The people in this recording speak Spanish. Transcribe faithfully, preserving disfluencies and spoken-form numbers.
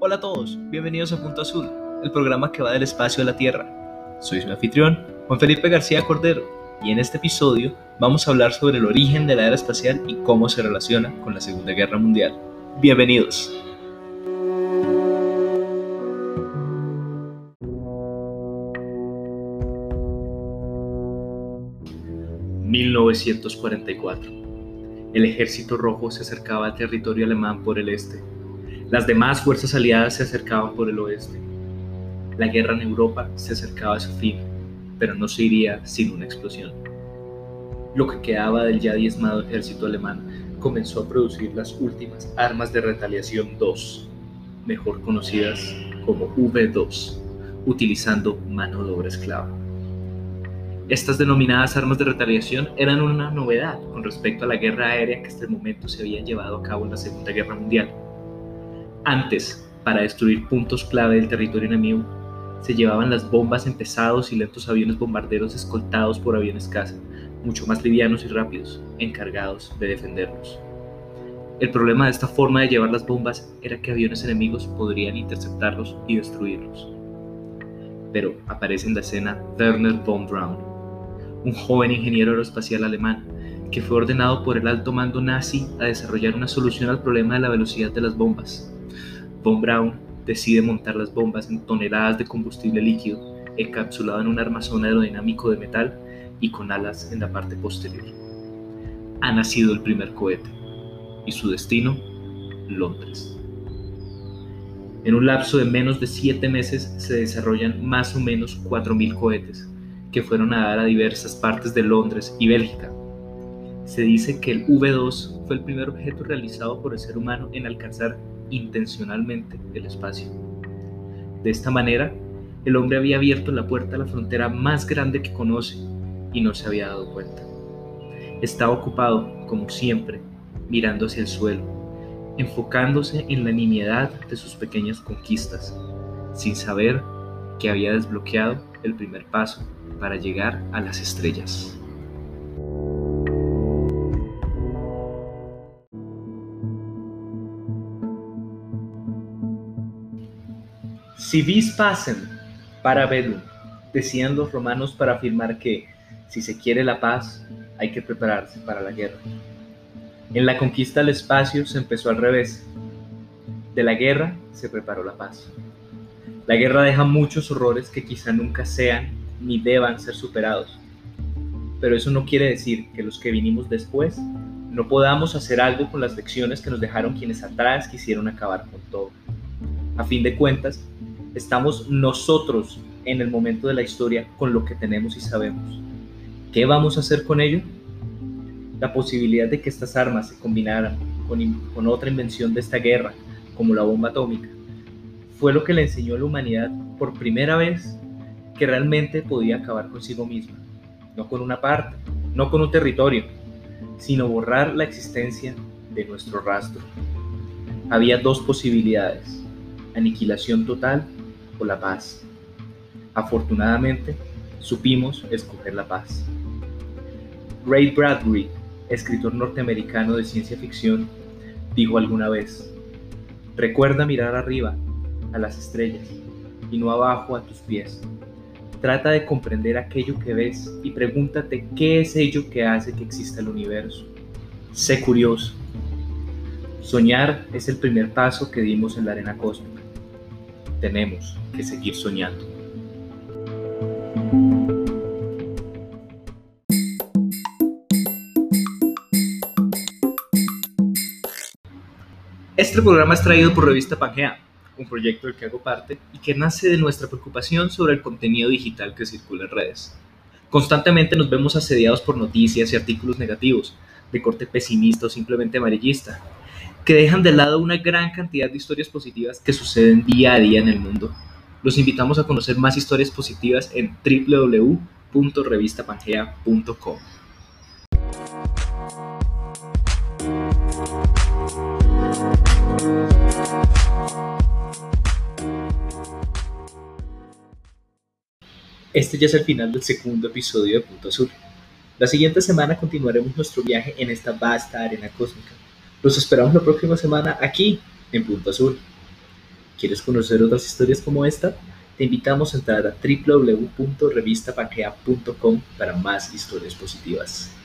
Hola a todos, bienvenidos a Punto Azul, el programa que va del espacio a la Tierra. Soy su anfitrión, Juan Felipe García Cordero, y en este episodio vamos a hablar sobre el origen de la era espacial y cómo se relaciona con la Segunda Guerra Mundial. Bienvenidos. mil novecientos cuarenta y cuatro. El ejército rojo se acercaba al territorio alemán por el este. Las demás fuerzas aliadas se acercaban por el oeste. La guerra en Europa se acercaba a su fin, pero no se iría sin una explosión. Lo que quedaba del ya diezmado ejército alemán comenzó a producir las últimas armas de retaliación dos, mejor conocidas como V dos, utilizando mano de obra esclava. Estas denominadas armas de retaliación eran una novedad con respecto a la guerra aérea que hasta el momento se había llevado a cabo en la Segunda Guerra Mundial. Antes, para destruir puntos clave del territorio enemigo, se llevaban las bombas en pesados y lentos aviones bombarderos escoltados por aviones caza, mucho más livianos y rápidos, encargados de defendernos. El problema de esta forma de llevar las bombas era que aviones enemigos podrían interceptarlos y destruirlos. Pero aparece en la escena Wernher von Braun, un joven ingeniero aeroespacial alemán que fue ordenado por el alto mando nazi a desarrollar una solución al problema de la velocidad de las bombas. Von Braun decide montar las bombas en toneladas de combustible líquido, encapsulado en un armazón aerodinámico de metal y con alas en la parte posterior. Ha nacido el primer cohete, y su destino, Londres. En un lapso de menos de siete meses se desarrollan más o menos cuatro mil cohetes, que fueron a dar a diversas partes de Londres y Bélgica. Se dice que el V dos fue el primer objeto realizado por el ser humano en alcanzar intencionalmente el espacio. De esta manera, el hombre había abierto la puerta a la frontera más grande que conoce y no se había dado cuenta. Estaba ocupado, como siempre, mirando hacia el suelo, enfocándose en la nimiedad de sus pequeñas conquistas, sin saber que había desbloqueado el primer paso para llegar a las estrellas. Si vis pacem, para bellum, decían los romanos para afirmar que, si se quiere la paz, hay que prepararse para la guerra. En la conquista del espacio se empezó al revés. De la guerra se preparó la paz. La guerra deja muchos horrores que quizá nunca sean ni deban ser superados. Pero eso no quiere decir que los que vinimos después no podamos hacer algo con las lecciones que nos dejaron quienes atrás quisieron acabar con todo. A fin de cuentas, estamos nosotros en el momento de la historia con lo que tenemos y sabemos. ¿Qué vamos a hacer con ello? La posibilidad de que estas armas se combinaran con, con otra invención de esta guerra, como la bomba atómica, fue lo que le enseñó a la humanidad por primera vez que realmente podía acabar consigo misma, no con una parte, no con un territorio, sino borrar la existencia de nuestro rastro. Había dos posibilidades: aniquilación total o la paz. Afortunadamente, supimos escoger la paz. Ray Bradbury, escritor norteamericano de ciencia ficción, dijo alguna vez: recuerda mirar arriba, a las estrellas, y no abajo a tus pies. Trata de comprender aquello que ves y pregúntate qué es ello que hace que exista el universo. Sé curioso. Soñar es el primer paso que dimos en la arena cósmica. Tenemos que seguir soñando. Este programa es traído por Revista Pangea, un proyecto del que hago parte y que nace de nuestra preocupación sobre el contenido digital que circula en redes. Constantemente nos vemos asediados por noticias y artículos negativos, de corte pesimista o simplemente amarillista, que dejan de lado una gran cantidad de historias positivas que suceden día a día en el mundo. Los invitamos a conocer más historias positivas en doble u doble u doble u punto revista pangea punto com. Este ya es el final del segundo episodio de Punto Azul. La siguiente semana continuaremos nuestro viaje en esta vasta arena cósmica. Los esperamos la próxima semana aquí, en Punto Azul. ¿Quieres conocer otras historias como esta? Te invitamos a entrar a w w w punto revista pangea punto com para más historias positivas.